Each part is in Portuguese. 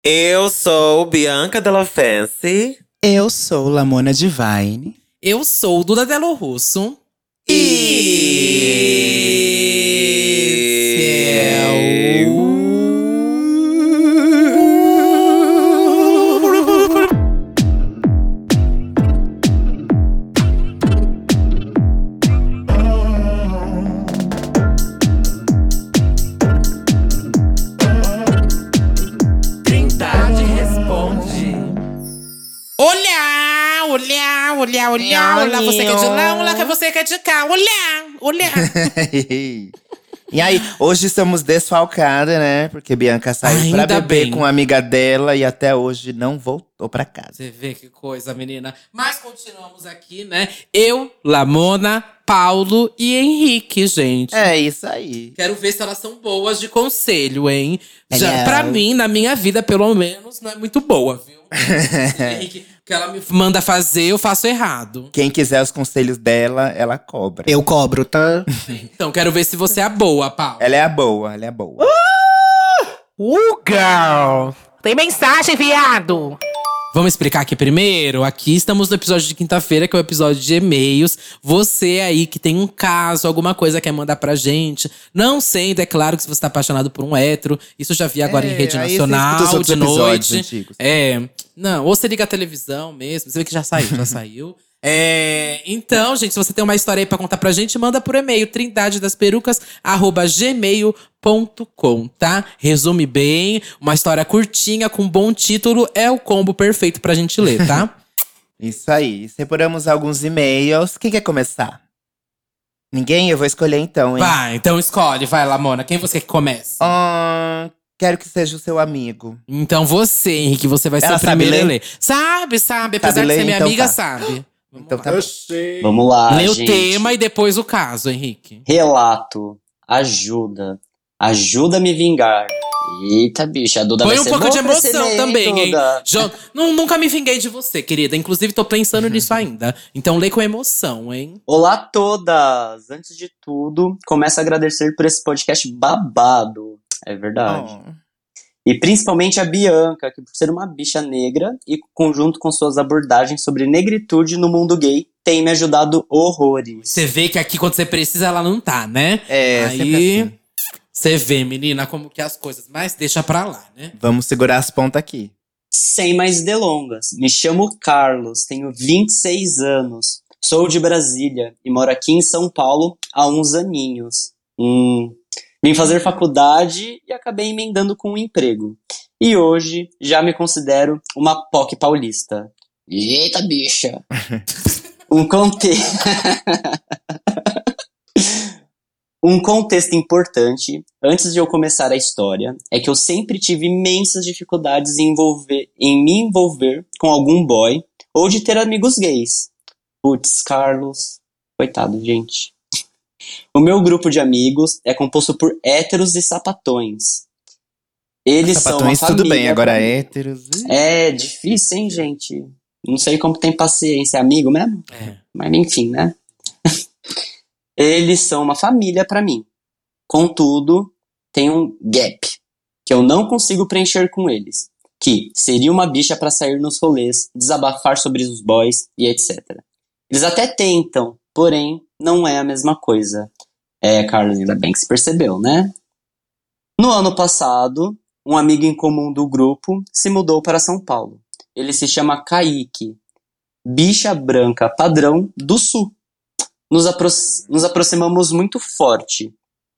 Eu sou Bianca Della Fancy. Eu sou Lamona Divine. Eu sou Duda Delo Russo. Trindade responde. Olá, olá, olá, olá, olá, você que é de lá, olá, que você que é de cá, olá, olá. E aí, hoje estamos desfalcadas, né? Porque Bianca saiu pra Ainda beber bem. com uma amiga dela e até hoje não voltou pra casa. Você vê que coisa, menina. Mas continuamos aqui, né? Eu, Lamona, Paulo e Henrique, gente. É isso aí. Quero ver se elas são boas de conselho, hein? Já, Hello. pra mim, na minha vida, pelo menos, não é muito boa, viu? Henrique, o que ela me manda fazer, eu faço errado. Quem quiser os conselhos dela, ela cobra. Eu cobro, tá? Então, quero ver se você é a boa, Paulo. Ela é a boa, ela é a boa. Girl! Tem mensagem, viado! Vamos explicar aqui primeiro? Aqui estamos no episódio de quinta-feira, que é o episódio de e-mails. Você aí que tem um caso, alguma coisa quer mandar pra gente. Não sendo, é claro que se você tá apaixonado por um hétero. Isso eu já vi agora em rede aí você escuta os nacional, outros de episódios noite. antigos. Não, ou você liga a televisão mesmo. Você vê que já saiu, já saiu. Então, gente, se você tem uma história aí pra contar pra gente, manda por e-mail, trindadedasperucas@gmail.com, tá? Resume bem, uma história curtinha com bom título é o combo perfeito pra gente ler, tá? Isso aí. Separamos alguns e-mails. Quem quer começar? Ninguém? Eu vou escolher então, hein? Vai, então escolhe, vai, Lamona, quem você que começa? Quero que seja o seu amigo. Então você, Henrique, você vai ser Ela o sabe primeiro a ler? ler. Sabe, apesar Sabe de ser ler? minha Então amiga, tá. sabe. Então tá. Vamos lá, Lê o gente. tema e depois o caso, Henrique. Relato. Ajuda. Ajuda a me vingar. Eita, bicha, a Duda Põe vai um ser pouco de boa pra esse emoção e-mail, também, hein? Duda. Nunca me vinguei de você, querida. Inclusive, tô pensando nisso ainda. Então, lê com emoção, hein? Olá a todas! Antes de tudo, começo a agradecer por esse podcast babado. É verdade. E principalmente a Bianca, que por ser uma bicha negra e conjunto com suas abordagens sobre negritude no mundo gay, tem me ajudado horrores. Você vê que aqui, quando você precisa, ela não tá, né? Sempre Aí, assim. você vê, menina, como que é as coisas. Mas deixa pra lá, né? Vamos segurar as pontas aqui. Sem mais delongas, me chamo Carlos, tenho 26 anos, sou de Brasília e moro aqui em São Paulo há uns aninhos. Vim fazer faculdade e acabei emendando com um emprego. E hoje já me considero uma POC paulista. Eita, bicha! Um contexto importante, antes de eu começar a história, é que eu sempre tive imensas dificuldades em me envolver com algum boy ou de ter amigos gays. Putz, Carlos. Coitado, gente. O meu grupo de amigos é composto por héteros e sapatões. Eles Sapatões, são uma tudo bem, família agora pra mim. héteros. É difícil, hein, gente? Não sei como tem paciência, é amigo mesmo? Mas enfim, né? Eles são uma família pra mim. Contudo, tem um gap que eu não consigo preencher com eles, que seria uma bicha pra sair nos rolês, desabafar sobre os boys e etc. Eles até tentam, porém, não é a mesma coisa. Carlos, ainda bem que se percebeu, né? No ano passado, um amigo em comum do grupo se mudou para São Paulo. Ele se chama Kaique, bicha branca padrão do sul. Nos aproximamos muito forte.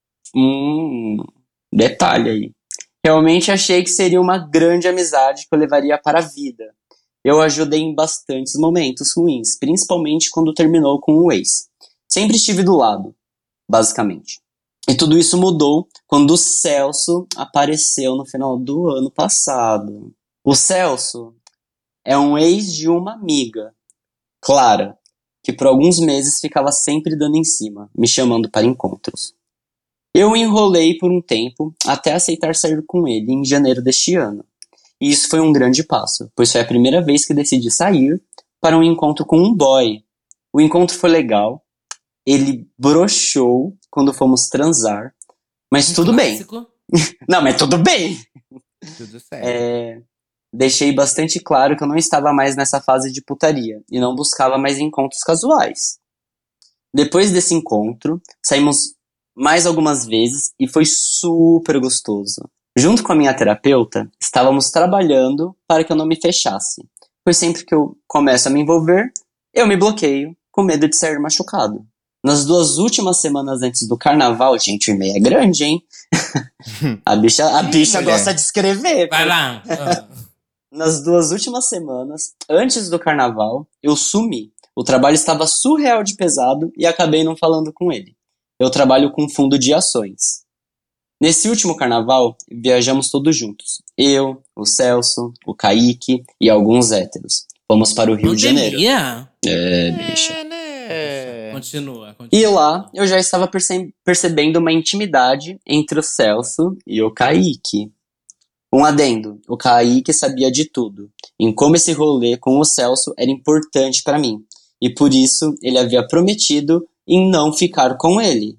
Detalhe aí. Realmente achei que seria uma grande amizade que eu levaria para a vida. Eu ajudei em bastantes momentos ruins, principalmente quando terminou com o ex. Sempre estive do lado, basicamente. E tudo isso mudou quando o Celso apareceu no final do ano passado. O Celso é um ex de uma amiga, Clara, que por alguns meses ficava sempre dando em cima, me chamando para encontros. Eu enrolei por um tempo até aceitar sair com ele em janeiro deste ano. E isso foi um grande passo, pois foi a primeira vez que decidi sair para um encontro com um boy. O encontro foi legal, ele broxou quando fomos transar, mas tudo bem. Clássico. Não, mas tudo bem. Tudo certo. deixei bastante claro que eu não estava mais nessa fase de putaria e não buscava mais encontros casuais. Depois desse encontro, saímos mais algumas vezes e foi super gostoso. Junto com a minha terapeuta, estávamos trabalhando para que eu não me fechasse, pois sempre que eu começo a me envolver, eu me bloqueio, com medo de sair machucado. Nas 2 últimas semanas antes do carnaval, gente, o e-mail é grande, hein? A bicha gosta de escrever. Vai lá. Nas 2 últimas semanas, antes do carnaval, eu sumi. O trabalho estava surreal de pesado e acabei não falando com ele. Eu trabalho com fundo de ações. Nesse último carnaval, viajamos todos juntos. Eu, o Celso, o Kaique e alguns héteros. Fomos para o Rio de Janeiro. Bicha. Continua. E lá, eu já estava percebendo uma intimidade entre o Celso e o Kaique. Um adendo, o Kaique sabia de tudo, em como esse rolê com o Celso era importante para mim, e por isso ele havia prometido em não ficar com ele.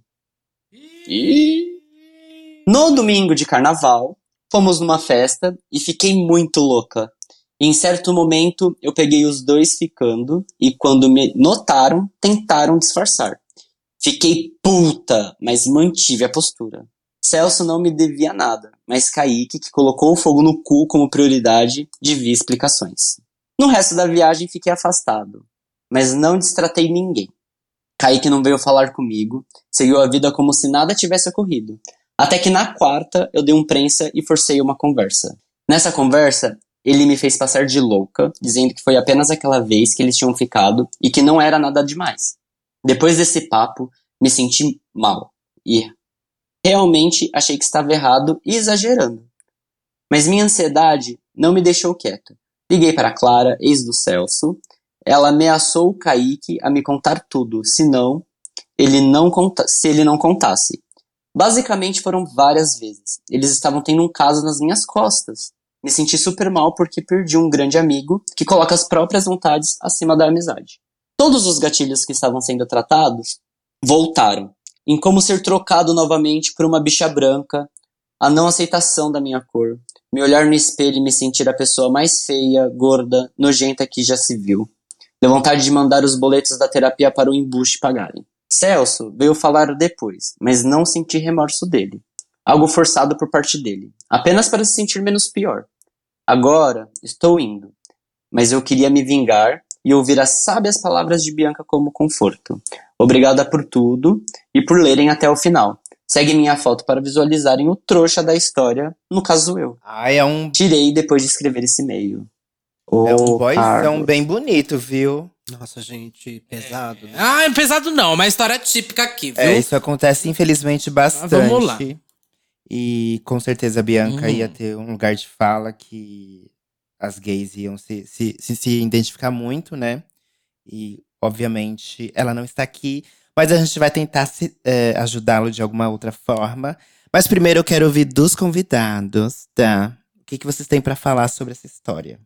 No domingo de carnaval, fomos numa festa e fiquei muito louca. Em certo momento, eu peguei os dois ficando e quando me notaram, tentaram disfarçar. Fiquei puta, mas mantive a postura. Celso não me devia nada, mas Kaique, que colocou o fogo no cu como prioridade, devia explicações. No resto da viagem fiquei afastado, mas não destratei ninguém. Kaique não veio falar comigo, seguiu a vida como se nada tivesse ocorrido. Até que na quarta eu dei um prensa e forcei uma conversa. Nessa conversa, ele me fez passar de louca, dizendo que foi apenas aquela vez que eles tinham ficado e que não era nada demais. Depois desse papo, me senti mal e realmente achei que estava errado e exagerando. Mas minha ansiedade não me deixou quieto. Liguei para a Clara, ex do Celso. Ela ameaçou o Kaique a me contar tudo, se ele não contasse. Basicamente foram várias vezes. Eles estavam tendo um caso nas minhas costas. Me senti super mal porque perdi um grande amigo que coloca as próprias vontades acima da amizade. Todos os gatilhos que estavam sendo tratados voltaram. Em como ser trocado novamente por uma bicha branca, a não aceitação da minha cor, me olhar no espelho e me sentir a pessoa mais feia, gorda, nojenta que já se viu. Deu vontade de mandar os boletos da terapia para o embuste pagarem. Celso veio falar depois, mas não senti remorso dele. Algo forçado por parte dele, apenas para se sentir menos pior. Agora estou indo, mas eu queria me vingar e ouvir as sábias palavras de Bianca como conforto. Obrigada por tudo e por lerem até o final. Segue minha foto para visualizarem o trouxa da história, no caso eu. Tirei depois de escrever esse e-mail. É um boyzão bem bonito, viu? Nossa, gente, pesado. Né? Ah, pesado não, é uma história típica aqui, viu? Isso acontece infelizmente bastante. Vamos lá. E com certeza a Bianca ia ter um lugar de fala que as gays iam se identificar muito, né? E, obviamente, ela não está aqui. Mas a gente vai tentar ajudá-lo de alguma outra forma. Mas primeiro eu quero ouvir dos convidados, tá? O que vocês têm pra falar sobre essa história?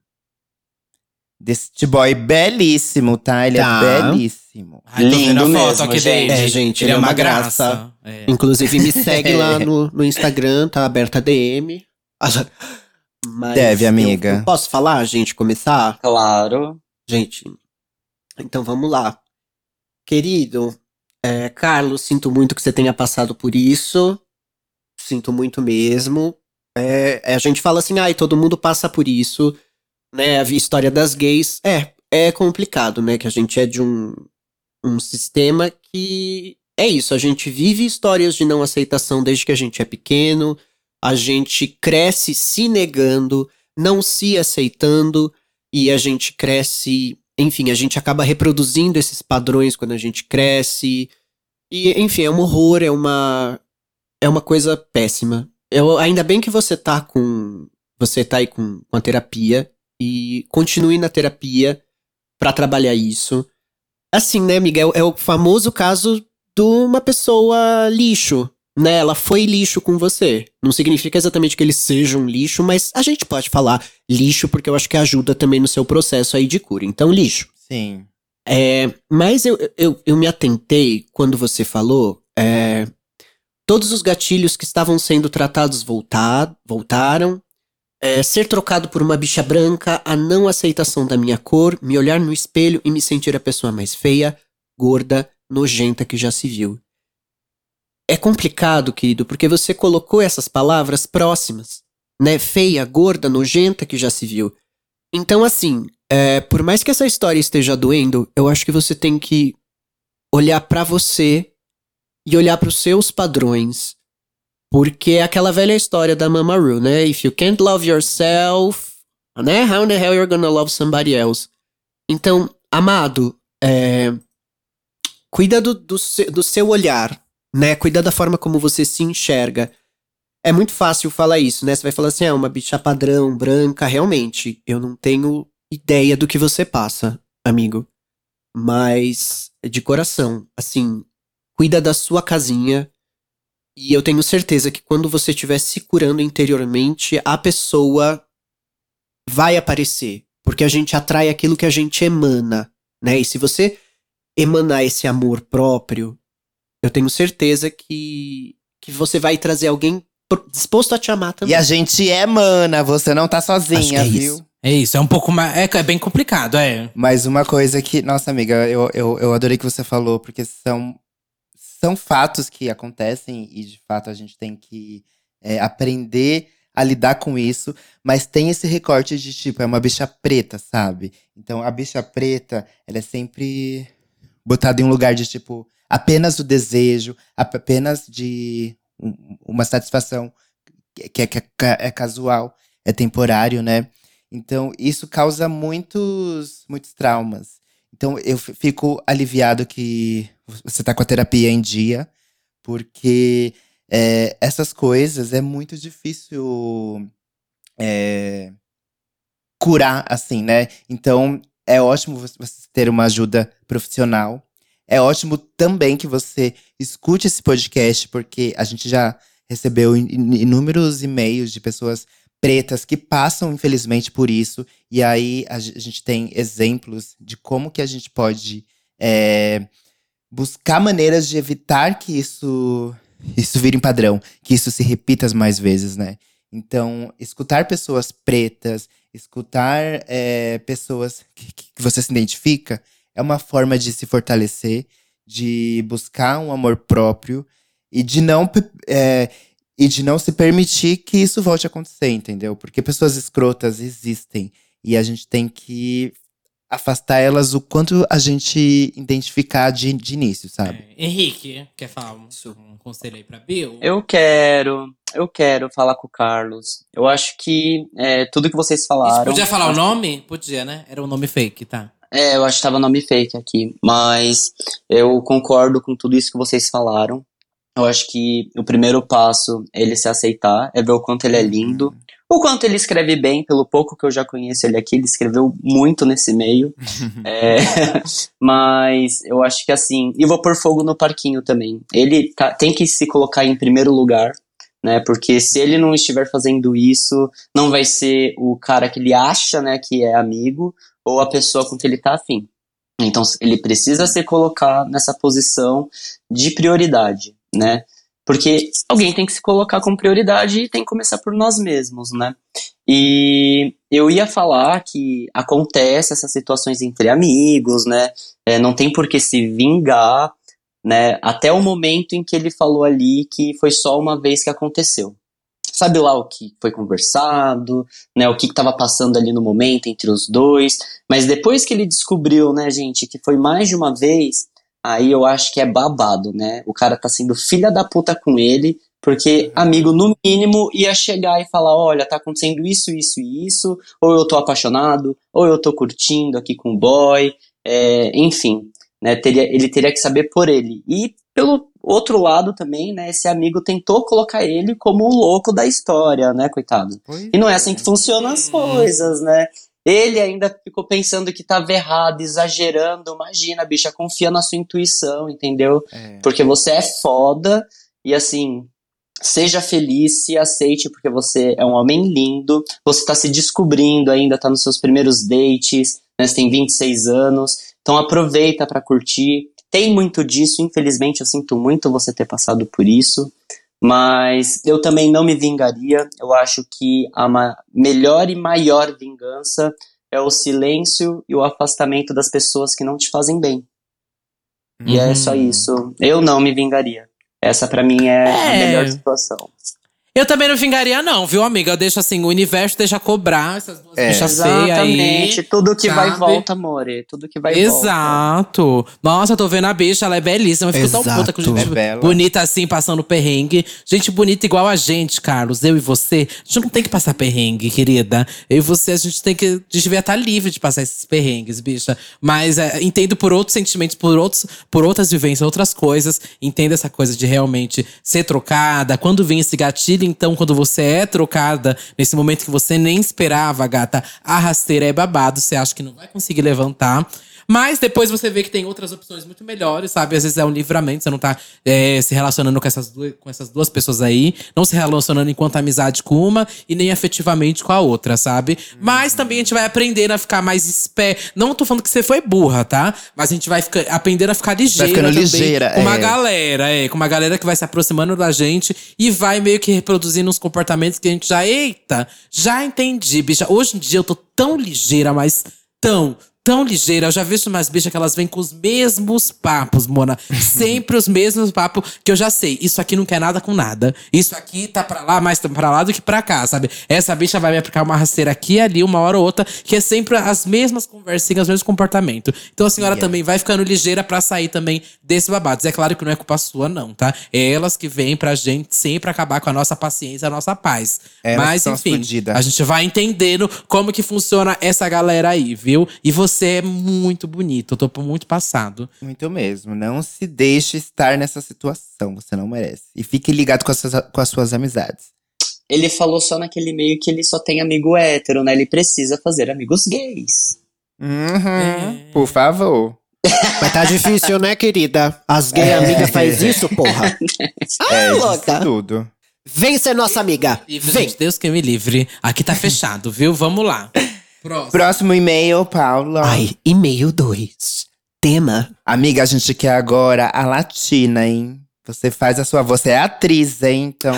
Deste boy belíssimo, tá? Ele é belíssimo. Ai, tô vendo a Lindo foto mesmo, aqui gente. dele. Gente, Ele é uma graça. Inclusive, me segue lá no Instagram, tá aberta a DM. Mas Deve, amiga. Eu posso falar, gente, começar? Claro. Gente, então vamos lá. Querido, Carlos, sinto muito que você tenha passado por isso. Sinto muito mesmo. A gente fala assim, todo mundo passa por isso. Né, a história das gays é complicado, né? Que a gente é de um sistema que é isso. A gente vive histórias de não aceitação desde que a gente é pequeno. A gente cresce se negando, não se aceitando. E a gente cresce… Enfim, a gente acaba reproduzindo esses padrões quando a gente cresce. E, enfim, é um horror, é uma coisa péssima. Ainda bem que você tá aí com a terapia. E continue na terapia pra trabalhar isso. Assim, né, Miguel? É o famoso caso de uma pessoa lixo, né? Ela foi lixo com você. Não significa exatamente que ele seja um lixo, mas a gente pode falar lixo porque eu acho que ajuda também no seu processo aí de cura. Então, lixo. Sim. Mas eu me atentei quando você falou… todos os gatilhos que estavam sendo tratados voltaram. Ser trocado por uma bicha branca, a não aceitação da minha cor, me olhar no espelho e me sentir a pessoa mais feia, gorda, nojenta que já se viu. É complicado, querido, porque você colocou essas palavras próximas, né? Feia, gorda, nojenta que já se viu. Então, assim, por mais que essa história esteja doendo, eu acho que você tem que olhar pra você e olhar pros seus padrões. Porque é aquela velha história da Mama Ru, né? If you can't love yourself, né? How the hell you're gonna love somebody else? Então, amado, cuida do seu olhar, né? Cuida da forma como você se enxerga. É muito fácil falar isso, né? Você vai falar assim, uma bicha padrão, branca. Realmente, eu não tenho ideia do que você passa, amigo. Mas, de coração, assim, cuida da sua casinha. E eu tenho certeza que quando você estiver se curando interiormente, a pessoa vai aparecer. Porque a gente atrai aquilo que a gente emana, né? E se você emanar esse amor próprio, eu tenho certeza que você vai trazer alguém disposto a te amar também. E a gente emana, você não tá Acho sozinha, que é viu? isso. É isso, é um pouco mais. É bem complicado, Mas uma coisa que… Nossa, amiga, eu adorei que você falou, porque são fatos que acontecem e, de fato, a gente tem que aprender a lidar com isso. Mas tem esse recorte de, tipo, é uma bicha preta, sabe? Então, a bicha preta, ela é sempre botada em um lugar de, tipo, apenas o desejo, apenas de uma satisfação que é casual, é temporário, né? Então, isso causa muitos traumas. Então, eu fico aliviado que você tá com a terapia em dia, porque essas coisas é muito difícil curar, assim, né? Então, é ótimo você ter uma ajuda profissional. É ótimo também que você escute esse podcast, porque a gente já recebeu inúmeros e-mails de pessoas pretas que passam, infelizmente, por isso. E aí, a gente tem exemplos de como que a gente pode buscar maneiras de evitar que isso vire um padrão, que isso se repita mais vezes, né? Então, escutar pessoas pretas, escutar pessoas que você se identifica, é uma forma de se fortalecer, de buscar um amor próprio e de não se permitir que isso volte a acontecer, entendeu? Porque pessoas escrotas existem e a gente tem que afastar elas o quanto a gente identificar de início, sabe? Henrique, quer falar um conselho aí pra Bill? Eu quero falar com o Carlos. Eu acho que tudo que vocês falaram… Podia falar o nome? Podia, né? Era um nome fake, tá? Eu acho que tava nome fake aqui, mas eu concordo com tudo isso que vocês falaram. Eu acho que o primeiro passo é ele se aceitar, é ver o quanto ele é lindo, o quanto ele escreve bem, pelo pouco que eu já conheço ele aqui, ele escreveu muito nesse meio. Mas eu acho que assim, e vou pôr fogo no parquinho também. Ele tem que se colocar em primeiro lugar, né? Porque se ele não estiver fazendo isso, não vai ser o cara que ele acha, né, que é amigo, ou a pessoa com que ele tá afim. Então ele precisa se colocar nessa posição de prioridade, né? Porque alguém tem que se colocar como prioridade e tem que começar por nós mesmos, né? E eu ia falar que acontece essas situações entre amigos, né? Não tem por que se vingar, né? Até o momento em que ele falou ali que foi só uma vez que aconteceu. Sabe lá o que foi conversado, né? O que estava passando ali no momento entre os dois. Mas depois que ele descobriu, né, gente, que foi mais de uma vez, aí eu acho que é babado, né? O cara tá sendo filha da puta com ele, porque amigo, no mínimo, ia chegar e falar, olha, tá acontecendo isso, isso e isso, ou eu tô apaixonado, ou eu tô curtindo aqui com o boy, enfim, né? Ele teria que saber por ele. E pelo outro lado também, né, esse amigo tentou colocar ele como o louco da história, né, coitado? E não é assim que funcionam as coisas, né? Ele ainda ficou pensando que tava errado, exagerando. Imagina, bicha, confia na sua intuição, entendeu? Porque você é foda e assim, seja feliz, se aceite, porque você é um homem lindo, você tá se descobrindo ainda, tá nos seus primeiros dates, né, você tem 26 anos, então aproveita pra curtir. Tem muito disso, infelizmente eu sinto muito você ter passado por isso, Mas eu também não me vingaria. Eu acho que a melhor e maior vingança é o silêncio e o afastamento das pessoas que não te fazem bem. E é só isso. Eu não me vingaria. Essa pra mim é a melhor situação. Eu também não vingaria, não, viu, amiga? Eu deixo assim, o universo deixa cobrar essas duas bichas feias aí. Exatamente. Tudo que vai e sabe? volta, amore. Tudo que vai e volta. Exato. Nossa, eu tô vendo a bicha, ela é belíssima. Eu fico tão puta com gente É bela. bonita assim, passando perrengue. Gente bonita igual a gente, Carlos. Eu e você. A gente não tem que passar perrengue, querida. Eu e você, a gente tem que… A gente devia estar livre de passar esses perrengues, bicha. Mas entendo por outros sentimentos, por outras vivências, outras coisas. Entendo essa coisa de realmente ser trocada. Quando vem esse gatilho, então, quando você é trocada, nesse momento que você nem esperava, gata, a rasteira é babado, você acha que não vai conseguir levantar. Mas depois você vê que tem outras opções muito melhores, sabe? Às vezes é um livramento, você não tá se relacionando com essas duas pessoas aí. Não se relacionando enquanto amizade com uma e nem afetivamente com a outra, sabe? Mas também a gente vai aprendendo a ficar mais esperto. Não tô falando que você foi burra, tá? Mas a gente vai aprendendo a ficar ligeira ficando também. ligeira, Com uma galera, com uma galera que vai se aproximando da gente e vai meio que reproduzindo uns comportamentos que a gente já… Eita, já entendi, bicha. Hoje em dia eu tô tão ligeira, mas tão ligeira. Eu já vejo umas bichas que elas vêm com os mesmos papos, Mona. Sempre os mesmos papos que eu já sei. Isso aqui não quer nada com nada. Isso aqui tá pra lá, mais pra lá do que pra cá, sabe? Essa bicha vai me aplicar uma rasteira aqui e ali, uma hora ou outra, que é sempre as mesmas conversinhas, os mesmos comportamentos. Então a senhora também vai ficando ligeira pra sair também desse babado. É claro que não é culpa sua, não, tá? É elas que vêm pra gente sempre acabar com a nossa paciência, a nossa paz. Elas Mas, são as enfim, fudidas. a gente vai entendendo como que funciona essa galera aí, viu? E você é muito bonito, eu tô muito passado. Muito mesmo. Não se deixe estar nessa situação. Você não merece. E fique ligado com as suas amizades. Ele falou só naquele meio que ele só tem amigo hétero, né? Ele precisa fazer amigos gays. Por favor. Mas tá difícil, né, querida? As gay amigas faz isso, porra. Disso louca. tudo. Vem ser nossa amiga. Livre, Vem. gente, Deus que me livre. Aqui tá fechado, viu? Vamos lá. Próximo. Próximo e-mail, Paula. Ai, e-mail 2. Tema. Amiga, a gente quer agora a latina, hein? Você é atriz, hein? Então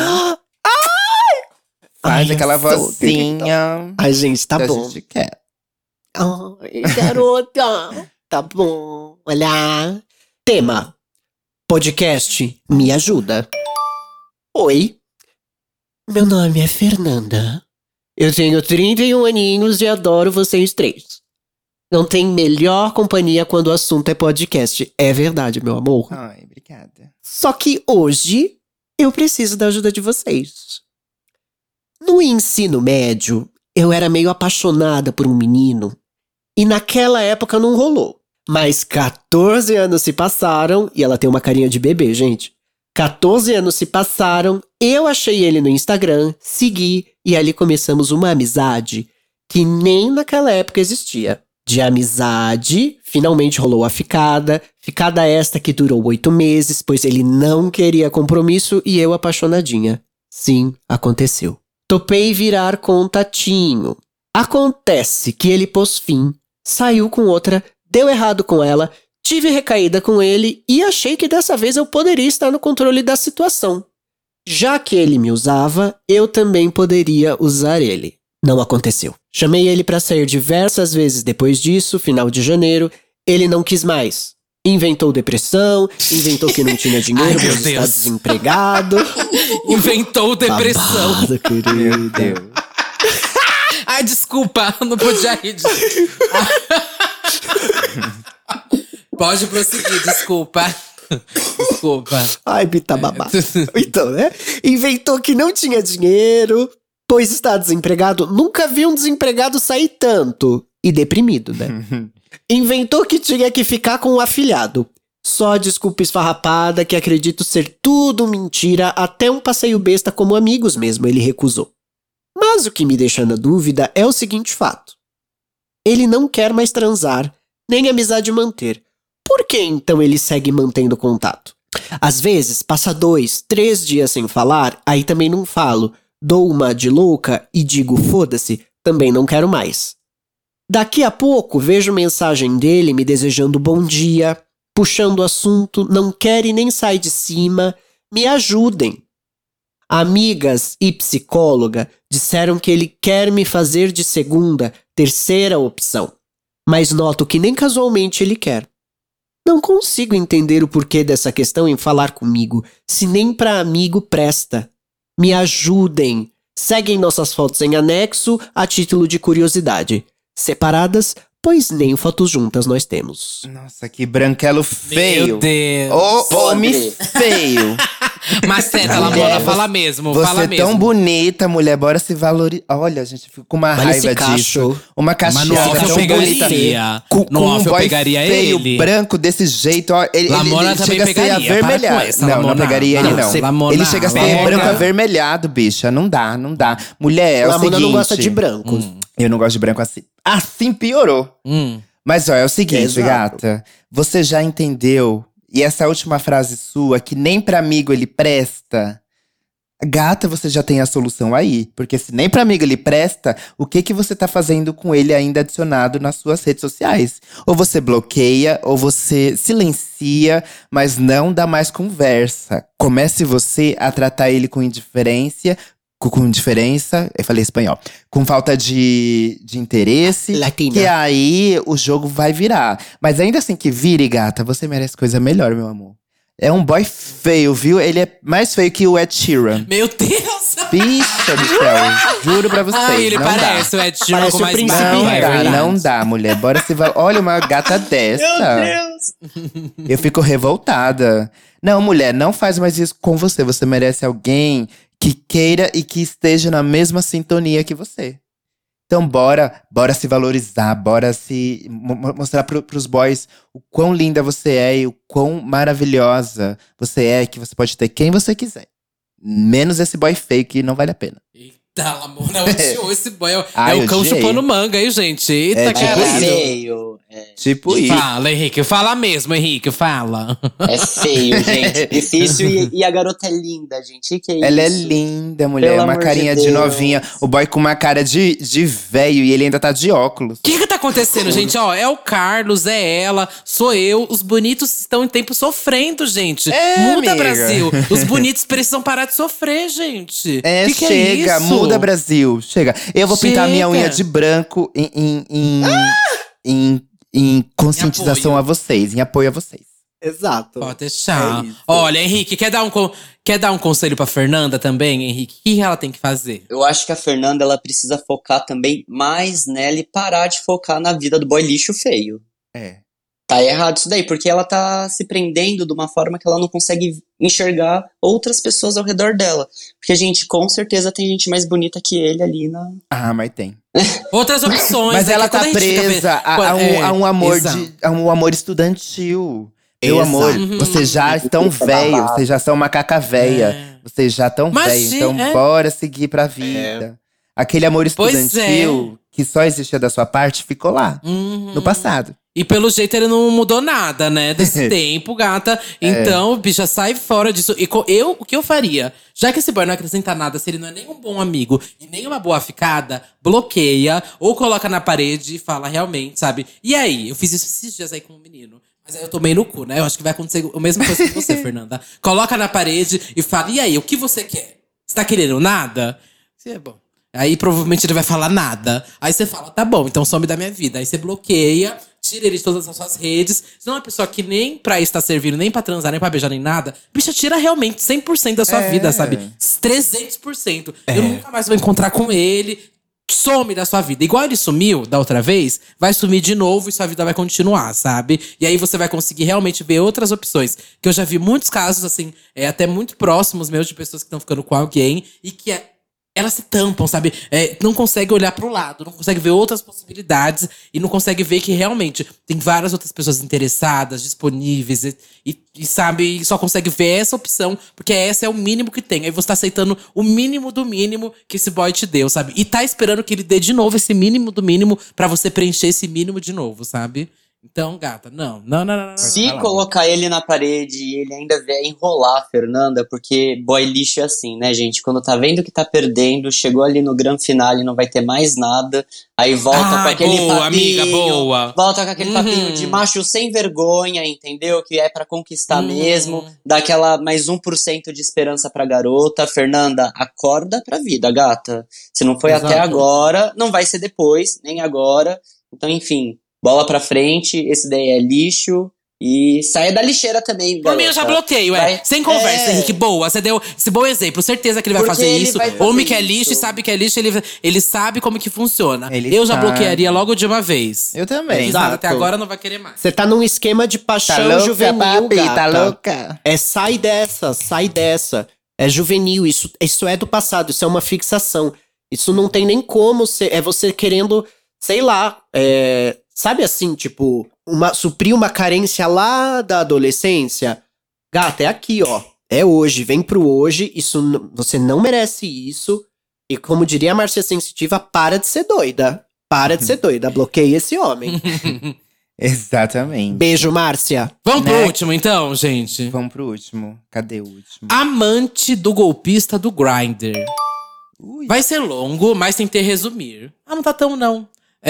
faz Ai, aquela eu sou, vozinha Ai, gente, tá que a bom. gente quer. Ai, garota. Tá bom. Olha. Tema. Podcast Me Ajuda. Oi. Meu nome é Fernanda. Eu tenho 31 aninhos e adoro vocês três. Não tem melhor companhia quando o assunto é podcast. É verdade, meu amor. Ai, obrigada. Só que hoje eu preciso da ajuda de vocês. No ensino médio, eu era meio apaixonada por um menino. E naquela época não rolou. Mas 14 anos se passaram, e ela tem uma carinha de bebê, gente. 14 anos se passaram, eu achei ele no Instagram, segui, e ali começamos uma amizade que nem naquela época existia. De amizade, finalmente rolou a ficada esta que durou 8 meses, pois ele não queria compromisso e eu apaixonadinha. Sim, aconteceu. Topei virar contatinho. Acontece que ele pôs fim, saiu com outra, deu errado com ela, tive recaída com ele e achei que dessa vez eu poderia estar no controle da situação. Já que ele me usava, eu também poderia usar ele. Não aconteceu. Chamei ele pra sair diversas vezes depois disso, final de janeiro. Ele não quis mais. Inventou depressão, inventou que não tinha dinheiro, Ai, meu mas está Deus. desempregado. Inventou depressão. Babado, querida. Meu Deus. Ai, desculpa, não podia rir. Pode prosseguir, desculpa. Desculpa. Ai, Bita babado. Então, né? Inventou que não tinha dinheiro, pois está desempregado. Nunca vi um desempregado sair tanto. E deprimido, né? Inventou que tinha que ficar com o afilhado. Só desculpa esfarrapada que acredito ser tudo mentira, até um passeio besta como amigos mesmo ele recusou. Mas o que me deixa na dúvida é o seguinte fato. Ele não quer mais transar, nem amizade manter. Por que então ele segue mantendo contato? Às vezes, passa 2, 3 dias sem falar, aí também não falo. Dou uma de louca e digo foda-se, também não quero mais. Daqui a pouco vejo mensagem dele me desejando bom dia, puxando o assunto, não quer e nem sai de cima. Me ajudem. Amigas e psicóloga disseram que ele quer me fazer de segunda, terceira opção. Mas noto que nem casualmente ele quer. Não consigo entender o porquê dessa questão em falar comigo, se nem pra amigo presta. Me ajudem. Seguem nossas fotos em anexo a título de curiosidade. Separadas, pois nem fotos juntas nós temos. Nossa, que branquelo feio. Meu Deus. Ô, homem feio. Mas Teta, Lamona, fala mesmo, Você fala é mesmo. tão bonita, mulher, bora se valorizar. Olha, gente, fico com uma Olha raiva esse cacho. disso. Uma Mas no cacheada off eu tão bonita. pegaria. Com No um off eu boy pegaria feio, ele. branco, desse jeito. Ó, ele Lamona também chega a ser pegaria, para avermelhado. com essa, Não, não Lamona. pegaria ele, não. Lamona, Ele chega a ser Lamona. branco avermelhado, bicha. Não dá, não dá. Mulher, é o Lamona seguinte. não gosta de branco. Eu não gosto de branco assim. Assim piorou. Mas ó, é o seguinte, Exato. gata. Você já entendeu? E essa última frase sua, que nem pra amigo ele presta. Gata, você já tem a solução aí. Porque se nem pra amigo ele presta, o que que você tá fazendo com ele ainda adicionado nas suas redes sociais? Ou você bloqueia, ou você silencia, mas não dá mais conversa. Comece você a tratar ele com indiferença. Com indiferença, eu falei espanhol. Com falta de interesse. Latina. Que aí o jogo vai virar. Mas ainda assim que vire, gata, você merece coisa melhor, meu amor. É um boy feio, viu? Ele é mais feio que o Ed Sheeran. Meu Deus! Bicha do céu, juro pra vocês. Ai, ele não parece o Ed Sheeran Parece com o mais príncipe barba, Não é dá, verdade. não dá, mulher. Bora se… Olha uma gata dessa. Eu fico revoltada. Não, mulher, não faz mais isso com você. Você merece alguém que queira e que esteja na mesma sintonia que você. Então bora se valorizar, bora se mostrar pros boys o quão linda você é e o quão maravilhosa você é, que você pode ter quem você quiser. Menos esse boy feio que não vale a pena. Eita, Lamona, odiou esse boy. É Ai, o cão odiei. chupando manga, hein, gente? Eita, É tipo É caralho. feio. Tipo isso. Fala, Henrique. Fala mesmo, Henrique. Fala. É feio, gente. Difícil. E a garota é linda, gente. Que Ela é isso? linda, mulher. Pelo Uma amor carinha de de Deus. novinha. O boy com uma cara de velho e ele ainda tá de óculos. O que tá acontecendo, gente? Ó, é o Carlos, é ela, sou eu. Os bonitos estão em tempo sofrendo, gente. É, Muda, amiga. Brasil. Os bonitos precisam parar de sofrer, gente. Que Chega, é isso? muda Brasil. Chega. Eu vou pintar minha Chega. unha de branco em conscientização apoio. a vocês, em apoio a vocês. Exato. Pode deixar. É isso. Olha, Henrique, quer dar um conselho pra Fernanda também, Henrique? O que ela tem que fazer? Eu acho que a Fernanda ela precisa focar também mais nela e parar de focar na vida do boy lixo feio. É. Tá errado isso daí, porque ela tá se prendendo de uma forma que ela não consegue enxergar outras pessoas ao redor dela. Porque, gente, com certeza tem gente mais bonita que ele ali na… Ah, mas tem. Outras opções. Mas é ela que quando tá a gente fica presa vendo- a um amor exato. a um amor estudantil. Meu Exato. amor, vocês já estão velhos, vocês já são macaca véia. Vocês já estão velhos, então bora seguir pra vida. Aquele amor Pois estudantil que só existia da sua parte ficou lá, no passado. E pelo jeito ele não mudou nada, né? Desse tempo, gata. Então, bicha, sai fora disso. E o que eu faria? Já que esse boy não acrescenta nada, se ele não é nem um bom amigo e nem uma boa ficada, bloqueia ou coloca na parede e fala realmente, sabe? E aí? Eu fiz isso esses dias aí com um menino. Mas aí eu tomei no cu, né? Eu acho que vai acontecer a mesma coisa com você, Fernanda. Coloca na parede e fala, e aí? O que você quer? Você tá querendo nada? É bom. Aí provavelmente ele vai falar nada. Aí você fala, tá bom, então some da minha vida. Aí você bloqueia, tira ele de todas as suas redes. Se não é uma pessoa que nem pra isso tá servindo, nem pra transar, nem pra beijar, nem nada, bicha, tira realmente 100% da sua vida, sabe? 300%. Eu nunca mais vou encontrar com ele. Some da sua vida. Igual ele sumiu da outra vez, vai sumir de novo e sua vida vai continuar, sabe? E aí você vai conseguir realmente ver outras opções. Que eu já vi muitos casos, assim, até muito próximos meus, de pessoas que estão ficando com alguém e que elas se tampam, sabe? Não consegue olhar pro lado, não consegue ver outras possibilidades e não consegue ver que realmente tem várias outras pessoas interessadas, disponíveis e sabe, e só consegue ver essa opção, porque essa é o mínimo que tem. Aí você tá aceitando o mínimo do mínimo que esse boy te deu, sabe? E tá esperando que ele dê de novo esse mínimo do mínimo pra você preencher esse mínimo de novo, sabe? Então, gata, não. Se Vai lá, colocar ele na parede e ele ainda vier enrolar a Fernanda, porque boy lixo é assim, né, gente? Quando tá vendo que tá perdendo, chegou ali no grande finale, não vai ter mais nada, aí volta com Ai, aquele boa, papinho, amiga, boa. volta com aquele papinho de macho sem vergonha, entendeu? Que é pra conquistar mesmo, dá aquela mais 1% de esperança pra garota. Fernanda, acorda pra vida, gata. Se não foi até Exato. agora, não vai ser depois, nem agora. Então, enfim, bola pra frente, esse daí é lixo. E saia da lixeira também, Por mim, eu já garota. bloqueio, Vai- Sem conversa, É. Henrique. Boa, você deu esse bom exemplo. Certeza que ele vai Porque fazer ele isso. vai fazer Homem que é isso. lixo e sabe que é lixo, ele sabe como que funciona. Ele Eu já sabe. bloquearia logo de uma vez. Eu também. Fiz nada Exato. até agora, não vai querer mais. Você tá num esquema de Tá paixão louca, juvenil, papi? gata. Tá louca? É sai dessa. É juvenil, isso é do passado, isso é uma fixação. Isso não tem nem como ser. É você querendo, sei lá, sabe assim, tipo, suprir uma carência lá da adolescência. Gata, é aqui, ó. É hoje, vem pro hoje. Você não merece isso. E como diria a Márcia Sensitiva, para de ser doida. Para de ser doida. Bloqueia esse homem. Exatamente. Beijo, Márcia. Vamos pro Né? último, então, gente. Vamos pro último. Cadê o último? Amante do golpista do Grindr. Ui. Vai ser longo, mas tentei resumir. Não tá tão, não.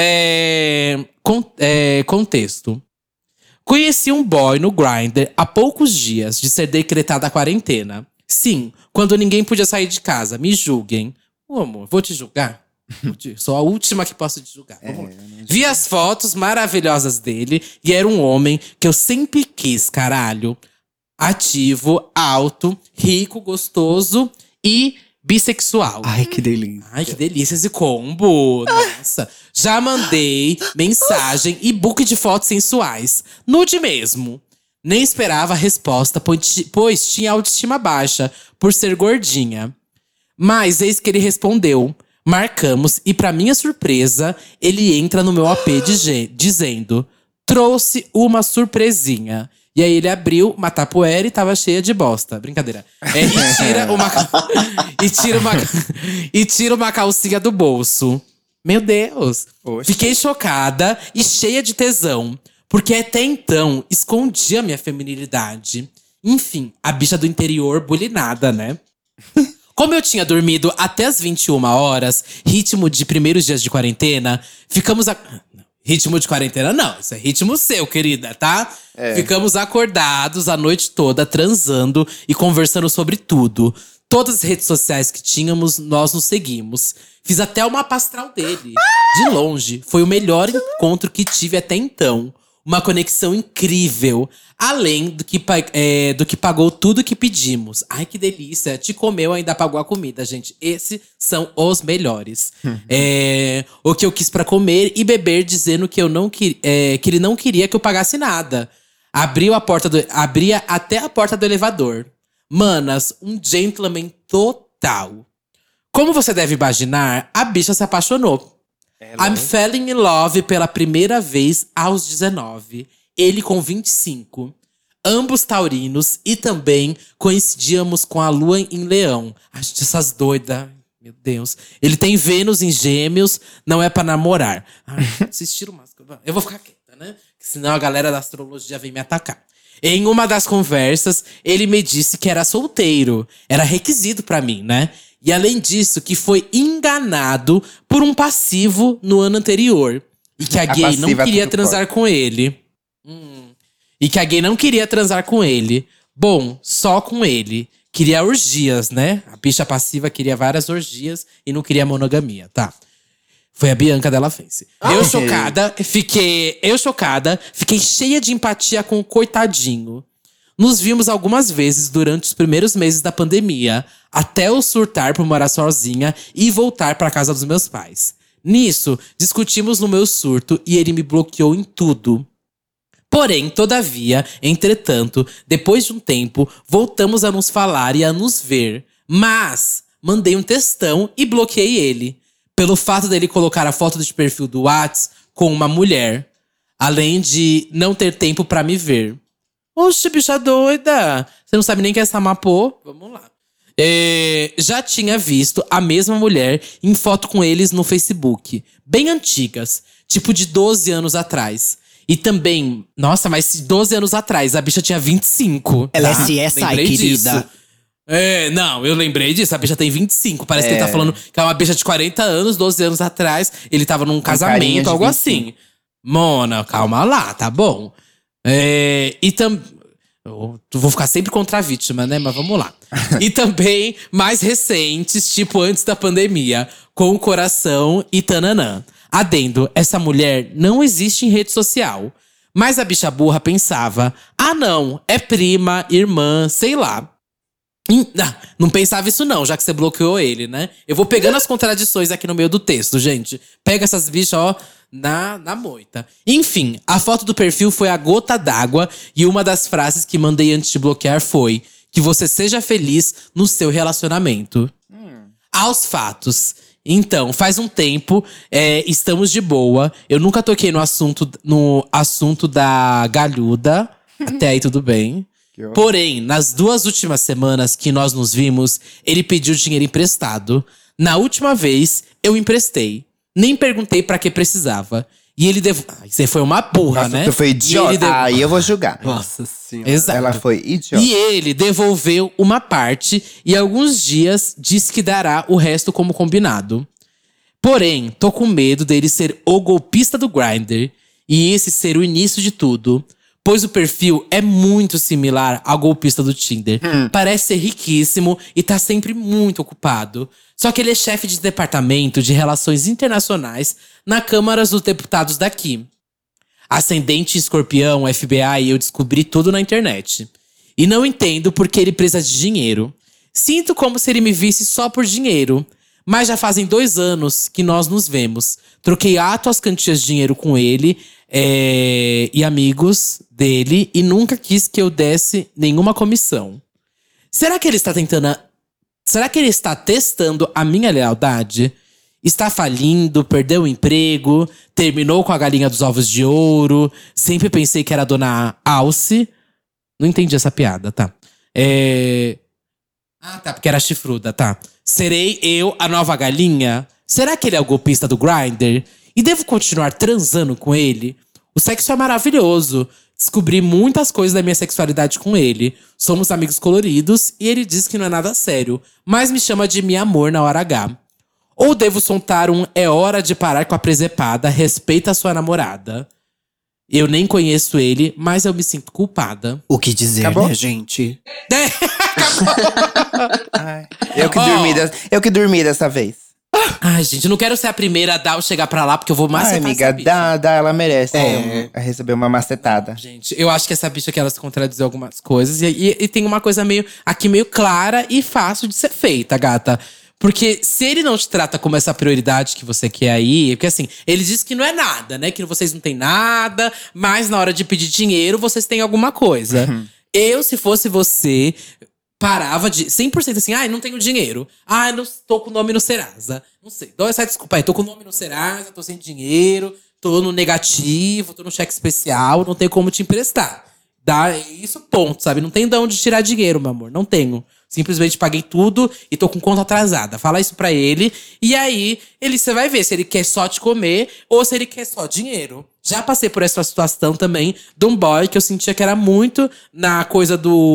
Contexto. Conheci um boy no Grindr há poucos dias de ser decretada a quarentena. Sim, quando ninguém podia sair de casa. Me julguem. Ô, amor, vou te julgar. Sou a última que posso te julgar. Vamos lá. Vi as fotos maravilhosas dele e era um homem que eu sempre quis, caralho. Ativo, alto, rico, gostoso e bissexual. Ai, que delícia. Ai, que delícia esse combo! Nossa! Já mandei mensagem e book de fotos sensuais. Nude mesmo. Nem esperava a resposta, pois tinha autoestima baixa, por ser gordinha. Mas eis que ele respondeu. Marcamos e, pra minha surpresa, ele entra no meu AP dizendo: trouxe uma surpresinha. E aí ele abriu uma tapoeira e tava cheia de bosta. Brincadeira. E tira uma calcinha do bolso. Meu Deus. Oxe. Fiquei chocada e cheia de tesão. Porque até então escondia minha feminilidade. Enfim, a bicha do interior bulinada, né? Como eu tinha dormido até as 21 horas, ritmo de primeiros dias de quarentena, ritmo de quarentena não, isso é ritmo seu, querida, tá? Ficamos acordados a noite toda, transando e conversando sobre tudo. Todas as redes sociais que tínhamos, nós nos seguimos. Fiz até o mapa astral dele. De longe, foi o melhor encontro que tive até então. Uma conexão incrível. Além do que pagou tudo que pedimos. Ai, que delícia. Te comeu, ainda pagou a comida, gente. Esses são os melhores. O que eu quis pra comer e beber, dizendo que ele não queria que eu pagasse nada. Abria até a porta do elevador. Manas, um gentleman total. Como você deve imaginar, a bicha se apaixonou. I'm falling in love pela primeira vez aos 19. Ele com 25. Ambos taurinos e também coincidíamos com a lua em leão. Ai, gente, essas doidas. Meu Deus. Ele tem Vênus em gêmeos, não é pra namorar. Ai, vocês tiram máscara. Eu vou ficar quieta, né? Senão a galera da astrologia vem me atacar. Em uma das conversas, ele me disse que era solteiro. Era requisito pra mim, né? E além disso, que foi enganado por um passivo no ano anterior. E que a gay não queria transar com ele. E que a gay não queria transar com ele. Bom, só com ele. Queria orgias, né? A bicha passiva queria várias orgias e não queria monogamia, tá? Foi a Bianca Della Fence. Eu chocada, fiquei cheia de empatia com o coitadinho. Nos vimos algumas vezes durante os primeiros meses da pandemia, até eu surtar por morar sozinha e voltar pra casa dos meus pais. Nisso, discutimos no meu surto e ele me bloqueou em tudo. Porém, todavia, entretanto, depois de um tempo, voltamos a nos falar e a nos ver. Mas, mandei um textão e bloqueei ele. Pelo fato dele colocar a foto de perfil do Whats com uma mulher. Além de não ter tempo pra me ver. Oxe, bicha doida! Você não sabe nem quem é essa Mapô? Vamos lá. Já tinha visto a mesma mulher em foto com eles no Facebook. Bem antigas. Tipo de 12 anos atrás. E também, nossa, mas 12 anos atrás, a bicha tinha 25. Ela tá? é CSI, Lembrei querida. disso. Não, eu lembrei disso. A bicha tem 25. Parece que ele tá falando que é uma bicha de 40 anos, 12 anos atrás. Ele tava num carinha casamento, de algo 25. assim. Mona, calma lá, tá bom. E também. Eu vou ficar sempre contra a vítima, né? Mas vamos lá. E também mais recentes, tipo antes da pandemia, com o coração e tananã. Adendo, essa mulher não existe em rede social. Mas a bicha burra pensava: ah, não, é prima, irmã, sei lá. Não pensava isso não, já que você bloqueou ele, né? Eu vou pegando as contradições aqui no meio do texto, gente. Pega essas bichas, ó, na moita. Enfim, a foto do perfil foi a gota d'água. E uma das frases que mandei antes de bloquear foi: que você seja feliz no seu relacionamento. Aos fatos. Então, faz um tempo, estamos de boa. Eu nunca toquei no assunto da galhuda. Até aí tudo bem. Porém, nas 2 últimas semanas que nós nos vimos, ele pediu dinheiro emprestado. Na última vez, eu emprestei. Nem perguntei pra que precisava. E ele Você foi uma burra, Nossa, né? tu foi idiota. Aí eu vou julgar. Nossa senhora. Exato. Ela foi idiota. E ele devolveu uma parte e alguns dias disse que dará o resto como combinado. Porém, tô com medo dele ser o golpista do Grindr e esse ser o início de tudo. Pois o perfil é muito similar ao golpista do Tinder. Parece ser riquíssimo e tá sempre muito ocupado. Só que ele é chefe de departamento de relações internacionais na Câmara dos Deputados daqui. Ascendente em Escorpião, FBI, eu descobri tudo na internet. E não entendo porque ele precisa de dinheiro. Sinto como se ele me visse só por dinheiro. Mas já fazem 2 anos que nós nos vemos. Troquei altas quantias de dinheiro com ele e amigos dele e nunca quis que eu desse nenhuma comissão. Será que ele está testando a minha lealdade? Está falindo, perdeu o emprego, terminou com a galinha dos ovos de ouro. Sempre pensei que era a dona Alce. Não entendi essa piada, tá? Ah, tá, porque era chifruda, tá. Serei eu a nova galinha? Será que ele é o golpista do Grindr? E devo continuar transando com ele? O sexo é maravilhoso. Descobri muitas coisas da minha sexualidade com ele. Somos amigos coloridos e ele diz que não é nada sério, mas me chama de meu amor na hora H. Ou devo soltar é hora de parar com a presepada, respeita a sua namorada. Eu nem conheço ele, mas eu me sinto culpada. O que dizer, Acabou? né, gente? Ai, eu que dormi dessa vez. Ai, gente, não quero ser a primeira a dar ou chegar pra lá, porque eu vou macetar Ai, amiga, essa bicha. dá, ela merece receber uma macetada. Gente, eu acho que essa bicha que ela se contradiziu algumas coisas. E tem uma coisa meio clara e fácil de ser feita, gata. Porque se ele não te trata como essa prioridade que você quer aí… Porque assim, ele diz que não é nada, né? Que vocês não têm nada, mas na hora de pedir dinheiro, vocês têm alguma coisa. Eu, se fosse você, parava de… 100% assim, ai, não tenho dinheiro. Ai, não tô com o nome no Serasa. Não sei, dou essa desculpa aí. Tô com o nome no Serasa, tô sem dinheiro, tô no negativo, tô no cheque especial, não tenho como te emprestar. Dá isso, ponto, sabe? Não tem de onde tirar dinheiro, meu amor. Não tenho. Simplesmente paguei tudo e tô com conta atrasada. Fala isso pra ele. E aí, você vai ver se ele quer só te comer ou se ele quer só dinheiro. Já passei por essa situação também de um boy que eu sentia que era muito na coisa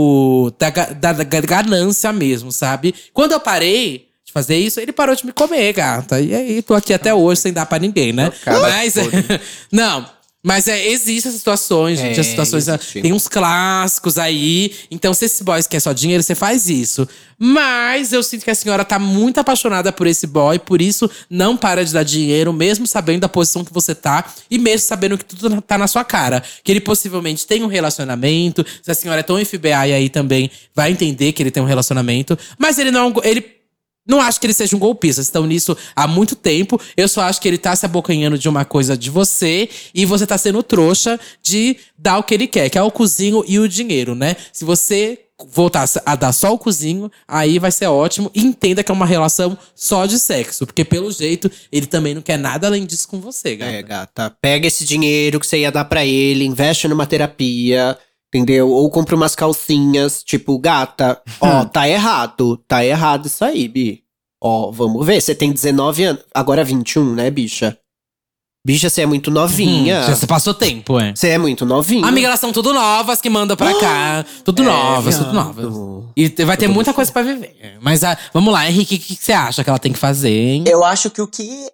da ganância mesmo, sabe? Quando eu parei de fazer isso, ele parou de me comer, gata. E aí, tô aqui até hoje sem dar pra ninguém, né? Mas, não… Mas existe as situações, gente. As situações… Tem uns clássicos aí. Então, se esse boy quer só dinheiro, você faz isso. Mas eu sinto que a senhora tá muito apaixonada por esse boy. Por isso, não para de dar dinheiro. Mesmo sabendo da posição que você tá. E mesmo sabendo que tudo tá na sua cara. Que ele possivelmente tem um relacionamento. Se a senhora é tão FBI aí também, vai entender que ele tem um relacionamento. Mas ele não… Não acho que ele seja um golpista. Vocês estão nisso há muito tempo. Eu só acho que ele tá se abocanhando de uma coisa de você. E você tá sendo trouxa de dar o que ele quer. Que é o cozinho e o dinheiro, né? Se você voltar a dar só o cozinho, aí vai ser ótimo. E entenda que é uma relação só de sexo. Porque pelo jeito, ele também não quer nada além disso com você, gata. Gata. Pega esse dinheiro que você ia dar pra ele. Investe numa terapia. Entendeu? Ou compra umas calcinhas, tipo, gata, ó, tá errado isso aí, Bi. Ó, vamos ver, você tem 19 anos, agora 21, né, bicha? Bicha, você é muito novinha. Já se passou tempo, é. Você é muito novinha. Amiga, elas são tudo novas que mandam pra cá. Tudo novas, tudo novas. E vai ter muita coisa pra viver. Mas vamos lá, Henrique, o que você acha que ela tem que fazer, hein? Eu acho que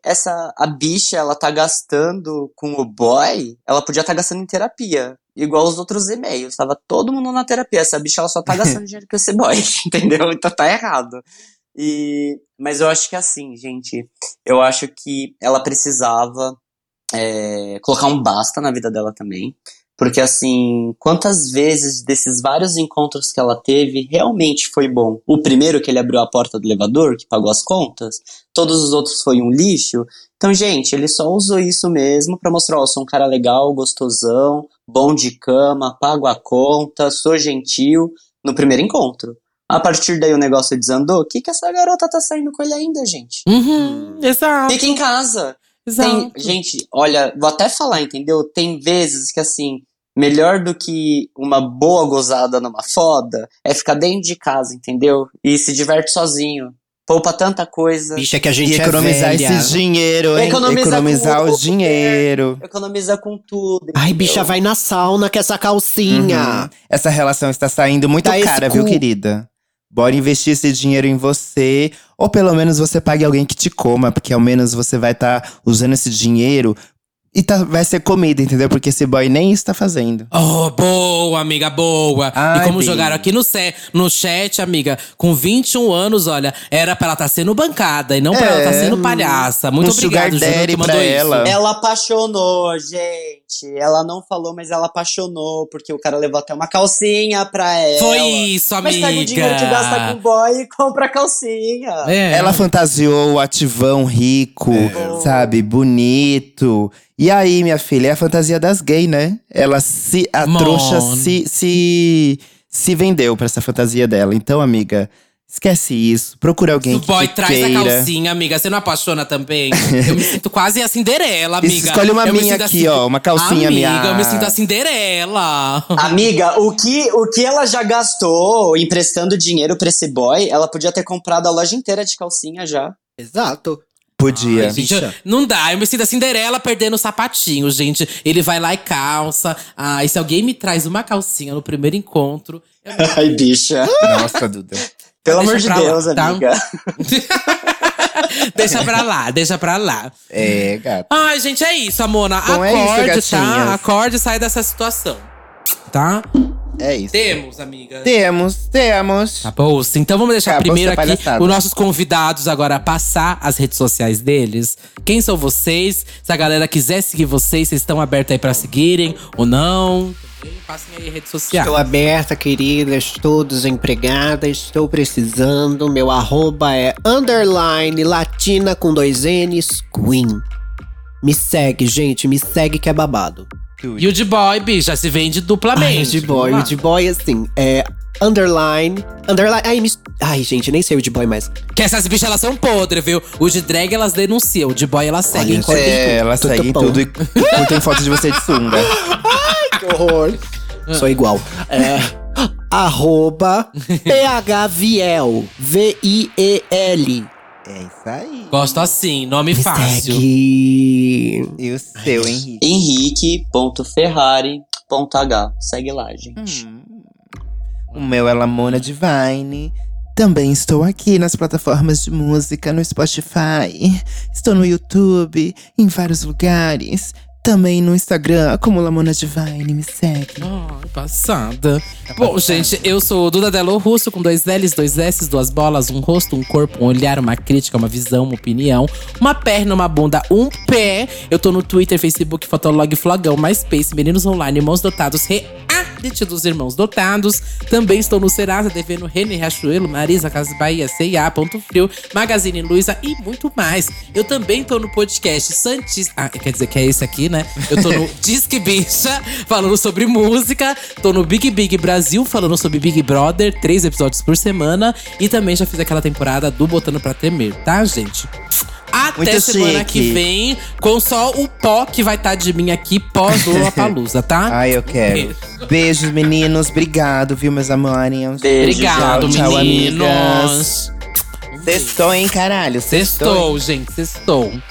a bicha, ela tá gastando com o boy, ela podia estar gastando em terapia. Igual os outros e-mails. Tava todo mundo na terapia. Essa bicha, ela só tá gastando dinheiro com esse boy, entendeu? Então tá errado. Mas eu acho que assim, gente, eu acho que ela precisava colocar um basta na vida dela também. Porque assim, quantas vezes desses vários encontros que ela teve realmente foi bom? O primeiro, que ele abriu a porta do elevador, que pagou as contas, todos os outros foi um lixo. Então, gente, ele só usou isso mesmo pra mostrar, ó, sou um cara legal, gostosão, bom de cama, pago a conta, sou gentil, no primeiro encontro. A partir daí o negócio desandou. O que essa garota tá saindo com ele ainda, gente? Exato. Fica em casa. Exato. Gente, olha, vou até falar, entendeu? Tem vezes que, assim, melhor do que uma boa gozada numa foda é ficar dentro de casa, entendeu? E se diverte sozinho. Poupa tanta coisa. Bicha, que a gente E economizar velha. esse dinheiro, hein? Economizar Economizar com o dinheiro. Economiza com tudo. Ai, entendeu? bicha, vai na sauna com essa calcinha. Essa relação está saindo muito Dá esse cara, viu, cu. querida? Bora investir esse dinheiro em você. Ou pelo menos você pague alguém que te coma. Porque ao menos você vai estar usando esse dinheiro e vai ser comida, entendeu? Porque esse boy nem isso tá fazendo. Oh, boa, amiga, boa. Ai, e como Bi. jogaram aqui no chat, amiga, com 21 anos, olha, era pra ela estar sendo bancada e não pra ela estar sendo palhaça. Muito Um obrigado, sugar Júnior, daddy que mandou pra isso. ela. Ela apaixonou, gente. Ela não falou, mas ela apaixonou. Porque o cara levou até uma calcinha pra ela. Foi isso, amiga. Mas pega o dinheiro que gasta com o boy e compra a calcinha. É. Ela fantasiou o ativão rico, sabe? Bonito. E aí, minha filha, é a fantasia das gays, né? A Mano. trouxa se vendeu pra essa fantasia dela. Então, amiga, esquece isso. Procura alguém O boy que traz queira. a calcinha, amiga. Você não apaixona também? Eu me sinto quase a Cinderela, amiga. Escolhe uma Eu me minha sinto aqui, ó. Uma calcinha minha. Amiga, eu me sinto a Cinderela. Amiga, o que ela já gastou emprestando dinheiro pra esse boy, ela podia ter comprado a loja inteira de calcinha já. Exato. Podia. Ai, gente, não dá, eu me sinto a Cinderela perdendo o sapatinho, gente. Ele vai lá e calça. E se alguém me traz uma calcinha no primeiro encontro… Ai, bicha. Nossa, Duda. Pelo amor Deixa de pra lá, Deus, tá? amiga. Deixa pra lá, deixa pra lá. É, gata. Ai, gente, é isso, Amona. Bom, é isso, Acorde, tá? gatinhas. Acorde e sai dessa situação. Tá? É isso. Temos, amiga. Temos. Tá bom, então vamos deixar Acabou primeiro essa aqui palhaçada. os nossos convidados agora a passar as redes sociais deles. Quem são vocês? Se a galera quiser seguir vocês estão abertos aí pra seguirem ou não? Também passem aí a rede social. Estou aberta, querida. Estou desempregada. Estou precisando. Meu arroba é _latina com 2 N's, Queen. Me segue, gente. Me segue que é babado. E o D-Boy, bicho, já se vende duplamente. O D-Boy, assim, é underline. Ai, gente, nem sei o D-Boy mais. Que essas bichas, elas são podres, viu? O de drag, elas denunciam. O D-Boy, elas seguem. Olha, Cortem tudo. Ela Tudo segue em bom. tudo e curtem foto de você de sunga. Que horror. Sou igual. Arroba phviel. VIEL. É isso aí. Gosto assim, nome fácil. Segue. E o seu, Henrique? Henrique.ferrari.h. Segue lá, gente. O meu é Lamona Divine. Também estou aqui nas plataformas de música, no Spotify. Estou no YouTube, em vários lugares. Também no Instagram, como Lamona Divine, me segue. Ai, passada. Bom, gente, eu sou Duda Delo Russo, com 2 L's, 2 S's, 2 bolas, um rosto, um corpo, um olhar, uma crítica, uma visão, uma opinião, uma perna, uma bunda, um pé. Eu tô no Twitter, Facebook, Fotolog, Flogão, MySpace, Meninos Online, Irmãos Dotados, Reality dos Irmãos Dotados. Também estou no Serasa, devendo Rene, Riachuelo, Marisa, Casas Bahia, C&A, Ponto Frio, Magazine Luiza e muito mais. Eu também tô no podcast Santista. Quer dizer que é esse aqui, né? Eu tô no Disque Bicha, falando sobre música. Tô no Big Big Brasil, falando sobre Big Brother, 3 episódios por semana. E também já fiz aquela temporada do Botando Pra Tremer, tá, gente? Até Muito semana chique. que vem, com só o pó que vai estar de mim aqui pós-Lollapalooza, tá? Ai, eu quero. Beijos, meninos. Obrigado, viu, meus amores? Beijo, Obrigado, tchau, tchau, meninos. amigas. Sextou, hein, caralho? Sextou, gente, sextou.